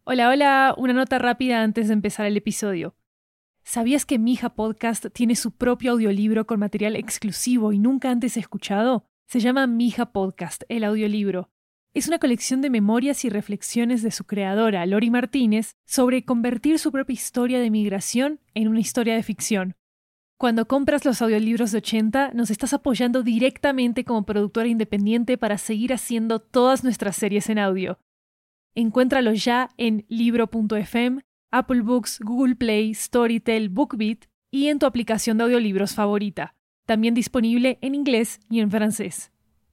Hola, hola, una nota rápida antes de empezar el episodio. ¿Sabías que Mija Podcast tiene su propio audiolibro con material exclusivo y nunca antes escuchado? Se llama Mija Podcast, el audiolibro. Es una colección de memorias y reflexiones de su creadora, Lori Martínez, sobre convertir su propia historia de migración en una historia de ficción. Cuando compras los audiolibros de 80, nos estás apoyando directamente como productora independiente para seguir haciendo todas nuestras series en audio. Encuéntralo ya en libro.fm, Apple Books, Google Play, Storytel, BookBeat y en tu aplicación de audiolibros favorita. También disponible en inglés y en francés.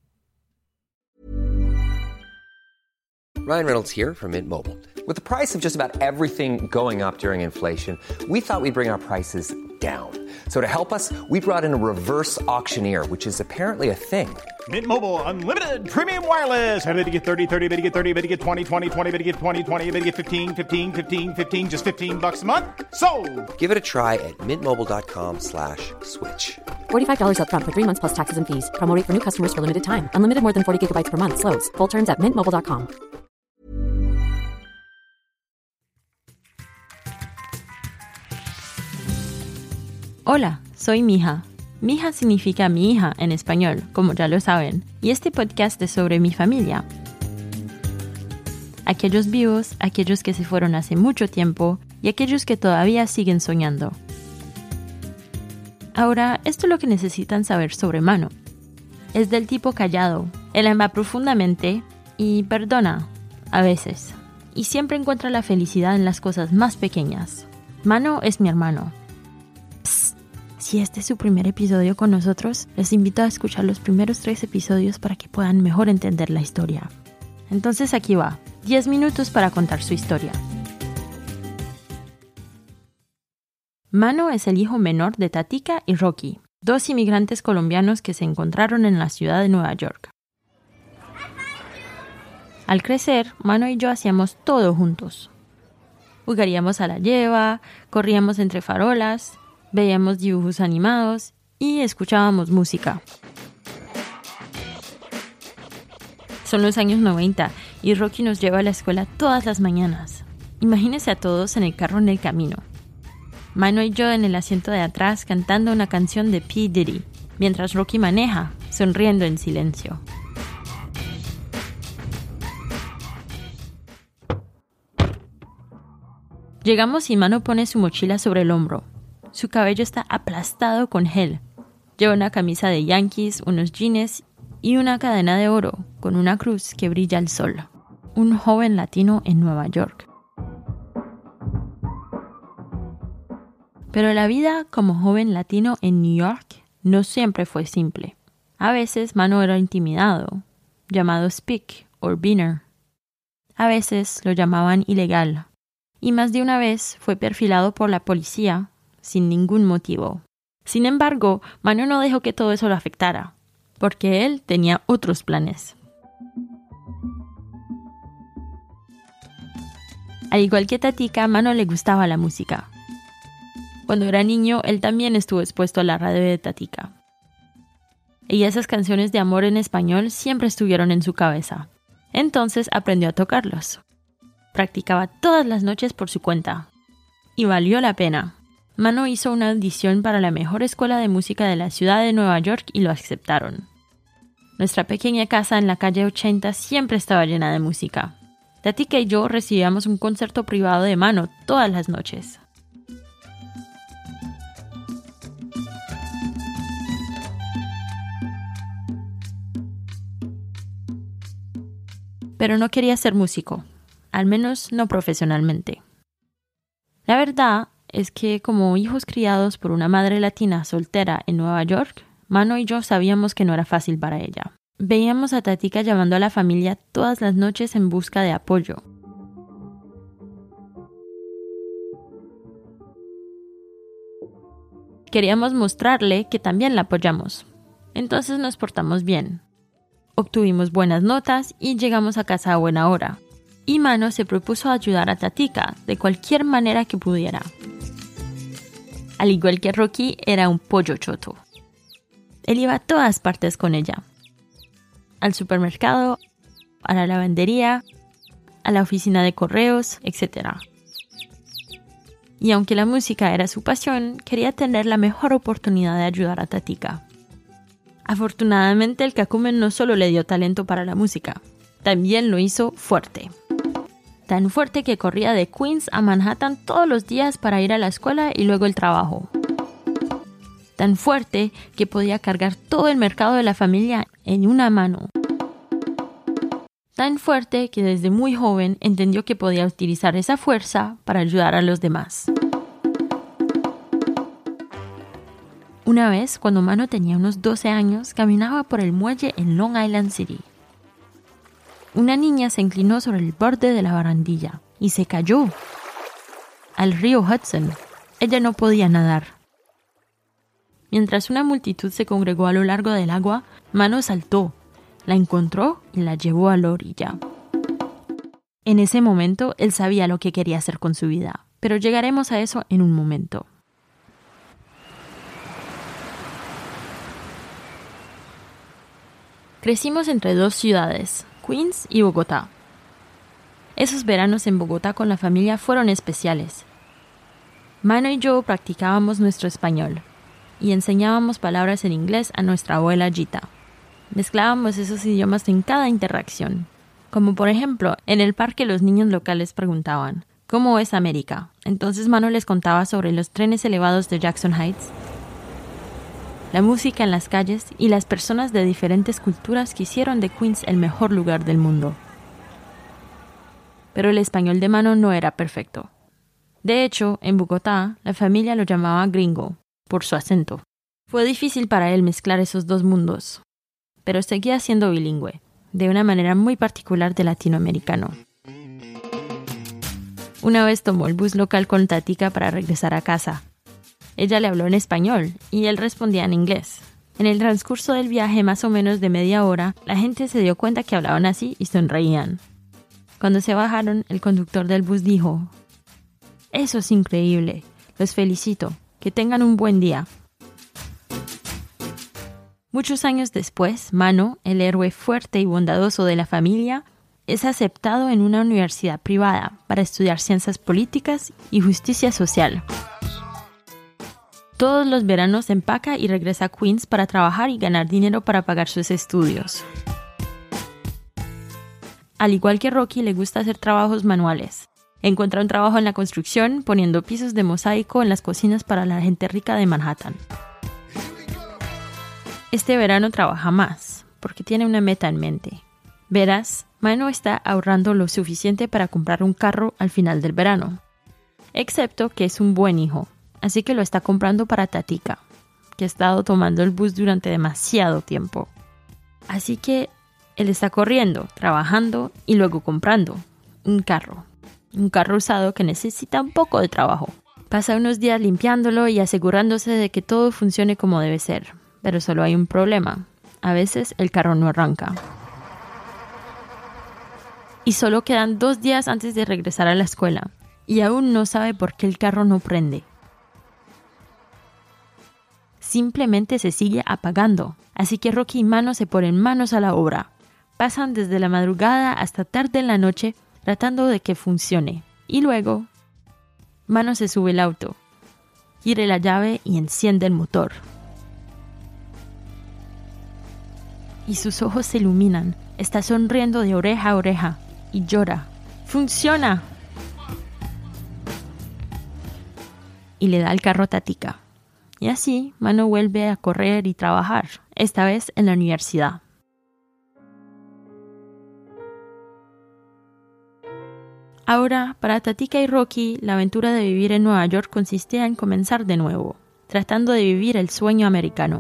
Ryan Reynolds here from Mint Mobile. With the price of just about everything going up during inflation, we thought we'd bring our prices down. So to help us, we brought in a reverse auctioneer, which is apparently a thing. Mint Mobile Unlimited Premium Wireless. How to get 30, 30, how to get 30, how to get 20, 20, 20, how to get 20, 20, how to get 15, 15, 15, 15, just $15 a month? Sold! Give it a try at mintmobile.com/switch. $45 up front for 3 months plus taxes and fees. Promo rate for new customers for limited time. Unlimited more than 40 gigabytes per month. Slows full terms at mintmobile.com. Hola, soy Mija. Mija significa mi hija en español, como ya lo saben, y este podcast es sobre mi familia. Aquellos vivos, aquellos que se fueron hace mucho tiempo y aquellos que todavía siguen soñando. Ahora, esto es lo que necesitan saber sobre Mano. Es del tipo callado, él ama profundamente y perdona, a veces. Y siempre encuentra la felicidad en las cosas más pequeñas. Mano es mi hermano. Si este es su primer episodio con nosotros, les invito a escuchar los primeros 3 episodios para que puedan mejor entender la historia. Entonces aquí va, 10 minutos para contar su historia. Mano es el hijo menor de Tatica y Rocky, 2 inmigrantes colombianos que se encontraron en la ciudad de Nueva York. Al crecer, Mano y yo hacíamos todo juntos. Jugaríamos a la lleva, corríamos entre farolas, veíamos dibujos animados y escuchábamos música. Son los años 90 y Rocky nos lleva a la escuela todas las mañanas. Imagínense a todos en el carro en el camino. Mano y yo en el asiento de atrás cantando una canción de P. Diddy, mientras Rocky maneja, sonriendo en silencio. Llegamos y Mano pone su mochila sobre el hombro. Su cabello está aplastado con gel. Lleva una camisa de Yankees, unos jeans y una cadena de oro con una cruz que brilla al sol. Un joven latino en Nueva York. Pero la vida como joven latino en New York no siempre fue simple. A veces Mano era intimidado, llamado Speak o Beaner. A veces lo llamaban ilegal. Y más de una vez fue perfilado por la policía sin ningún motivo. Sin embargo, Mano no dejó que todo eso lo afectara, porque él tenía otros planes. Al igual que Tatica, a Mano le gustaba la música. Cuando era niño, él también estuvo expuesto a la radio de Tatica. Y esas canciones de amor en español siempre estuvieron en su cabeza. Entonces aprendió a tocarlos. Practicaba todas las noches por su cuenta. Y valió la pena. Mano hizo una audición para la mejor escuela de música de la ciudad de Nueva York y lo aceptaron. Nuestra pequeña casa en la calle 80 siempre estaba llena de música. Tatica y yo recibíamos un concierto privado de Mano todas las noches. Pero no quería ser músico, al menos no profesionalmente. La verdad es que como hijos criados por una madre latina soltera en Nueva York, Mano y yo sabíamos que no era fácil para ella. Veíamos a Tatica llamando a la familia todas las noches en busca de apoyo. Queríamos mostrarle que también la apoyamos. Entonces nos portamos bien. Obtuvimos buenas notas y llegamos a casa a buena hora. Y Mano se propuso ayudar a Tatica de cualquier manera que pudiera. Al igual que Rocky, era un pollo choto. Él iba a todas partes con ella. Al supermercado, a la lavandería, a la oficina de correos, etc. Y aunque la música era su pasión, quería tener la mejor oportunidad de ayudar a Tatica. Afortunadamente, el cacumen no solo le dio talento para la música, también lo hizo fuerte. Tan fuerte que corría de Queens a Manhattan todos los días para ir a la escuela y luego el trabajo. Tan fuerte que podía cargar todo el mercado de la familia en una mano. Tan fuerte que desde muy joven entendió que podía utilizar esa fuerza para ayudar a los demás. Una vez, cuando Mano tenía unos 12 años, caminaba por el muelle en Long Island City. Una niña se inclinó sobre el borde de la barandilla y se cayó al río Hudson. Ella no podía nadar. Mientras una multitud se congregó a lo largo del agua, Mano saltó, la encontró y la llevó a la orilla. En ese momento, él sabía lo que quería hacer con su vida, pero llegaremos a eso en un momento. Crecimos entre dos ciudades, Queens y Bogotá. Esos veranos en Bogotá con la familia fueron especiales. Mano y yo practicábamos nuestro español y enseñábamos palabras en inglés a nuestra abuela Gita. Mezclábamos esos idiomas en cada interacción. Como por ejemplo, en el parque los niños locales preguntaban, ¿cómo es América? Entonces Mano les contaba sobre los trenes elevados de Jackson Heights, la música en las calles y las personas de diferentes culturas que hicieron de Queens el mejor lugar del mundo. Pero el español de Mano no era perfecto. De hecho, en Bogotá, la familia lo llamaba gringo, por su acento. Fue difícil para él mezclar esos dos mundos, pero seguía siendo bilingüe, de una manera muy particular de latinoamericano. Una vez tomó el bus local con Tatica para regresar a casa. Ella le habló en español y él respondía en inglés. En el transcurso del viaje, más o menos de media hora, la gente se dio cuenta que hablaban así y sonreían. Cuando se bajaron, el conductor del bus dijo, «Eso es increíble, los felicito, que tengan un buen día». Muchos años después, Mano, el héroe fuerte y bondadoso de la familia, es aceptado en una universidad privada para estudiar ciencias políticas y justicia social. Todos los veranos empaca y regresa a Queens para trabajar y ganar dinero para pagar sus estudios. Al igual que Rocky, le gusta hacer trabajos manuales. Encuentra un trabajo en la construcción poniendo pisos de mosaico en las cocinas para la gente rica de Manhattan. Este verano trabaja más, porque tiene una meta en mente. Verás, Mano está ahorrando lo suficiente para comprar un carro al final del verano. Excepto que es un buen hijo, así que lo está comprando para Tatica, que ha estado tomando el bus durante demasiado tiempo. Así que él está corriendo, trabajando y luego comprando un carro usado que necesita un poco de trabajo. Pasa unos días limpiándolo y asegurándose de que todo funcione como debe ser, pero solo hay un problema. A veces el carro no arranca. Y solo quedan 2 días antes de regresar a la escuela, y aún no sabe por qué el carro no prende. Simplemente se sigue apagando, así que Rocky y Mano se ponen manos a la obra. Pasan desde la madrugada hasta tarde en la noche tratando de que funcione. Y luego, Mano se sube al auto, gira la llave y enciende el motor. Y sus ojos se iluminan. Está sonriendo de oreja a oreja y llora. ¡Funciona! Y le da el carro a Tatica. Y así, Mano vuelve a correr y trabajar, esta vez en la universidad. Ahora, para Tatica y Rocky, la aventura de vivir en Nueva York consistía en comenzar de nuevo, tratando de vivir el sueño americano.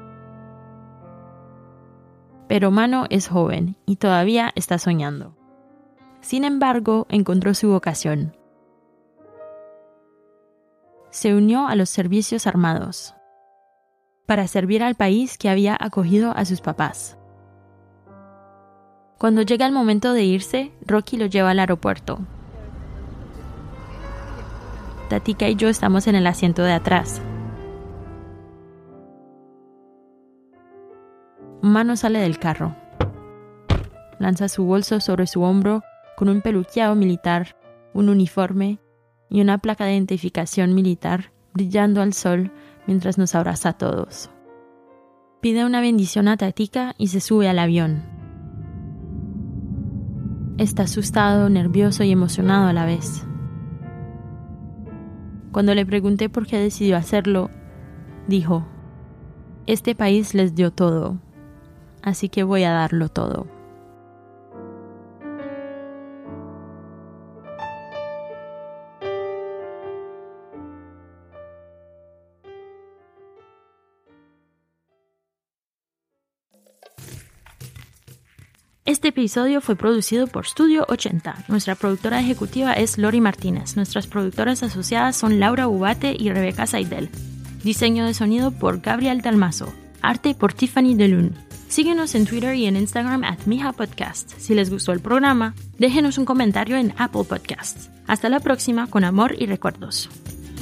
Pero Mano es joven y todavía está soñando. Sin embargo, encontró su vocación. Se unió a los servicios armados para servir al país que había acogido a sus papás. Cuando llega el momento de irse, Rocky lo lleva al aeropuerto. Tatica y yo estamos en el asiento de atrás. Mano sale del carro. Lanza su bolso sobre su hombro con un peluqueado militar, un uniforme y una placa de identificación militar brillando al sol mientras nos abraza a todos. Pide una bendición a Tatica y se sube al avión. Está asustado, nervioso y emocionado a la vez. Cuando le pregunté por qué decidió hacerlo, dijo: "Este país les dio todo, así que voy a darlo todo". Este episodio fue producido por Studio 80. Nuestra productora ejecutiva es Lori Martínez. Nuestras productoras asociadas son Laura Ubate y Rebeca Seidel. Diseño de sonido por Gabriel Dalmazo. Arte por Tiffany Delun. Síguenos en Twitter y en Instagram @mijapodcast. Si les gustó el programa, déjenos un comentario en Apple Podcasts. Hasta la próxima, con amor y recuerdos.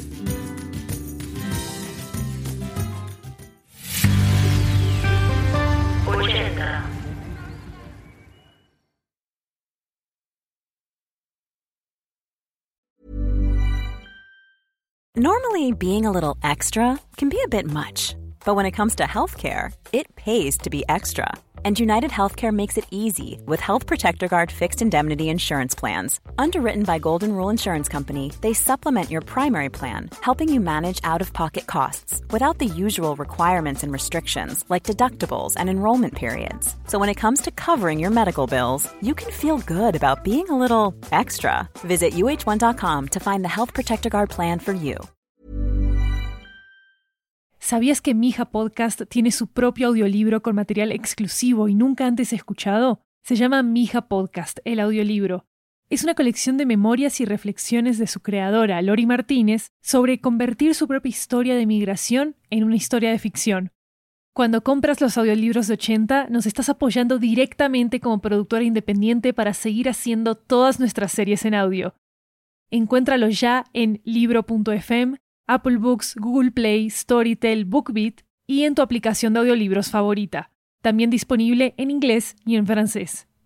Normally, being a little extra can be a bit much, but when it comes to healthcare, it pays to be extra. And United Healthcare makes it easy with Health Protector Guard fixed indemnity insurance plans. Underwritten by Golden Rule Insurance Company, they supplement your primary plan, helping you manage out-of-pocket costs without the usual requirements and restrictions like deductibles and enrollment periods. So when it comes to covering your medical bills, you can feel good about being a little extra. Visit uh1.com to find the Health Protector Guard plan for you. ¿Sabías que Mija Podcast tiene su propio audiolibro con material exclusivo y nunca antes escuchado? Se llama Mija Podcast, el audiolibro. Es una colección de memorias y reflexiones de su creadora, Lori Martínez, sobre convertir su propia historia de migración en una historia de ficción. Cuando compras los audiolibros de 80, nos estás apoyando directamente como productora independiente para seguir haciendo todas nuestras series en audio. Encuéntralo ya en libro.fm, Apple Books, Google Play, Storytel, BookBeat y en tu aplicación de audiolibros favorita. También disponible en inglés y en francés.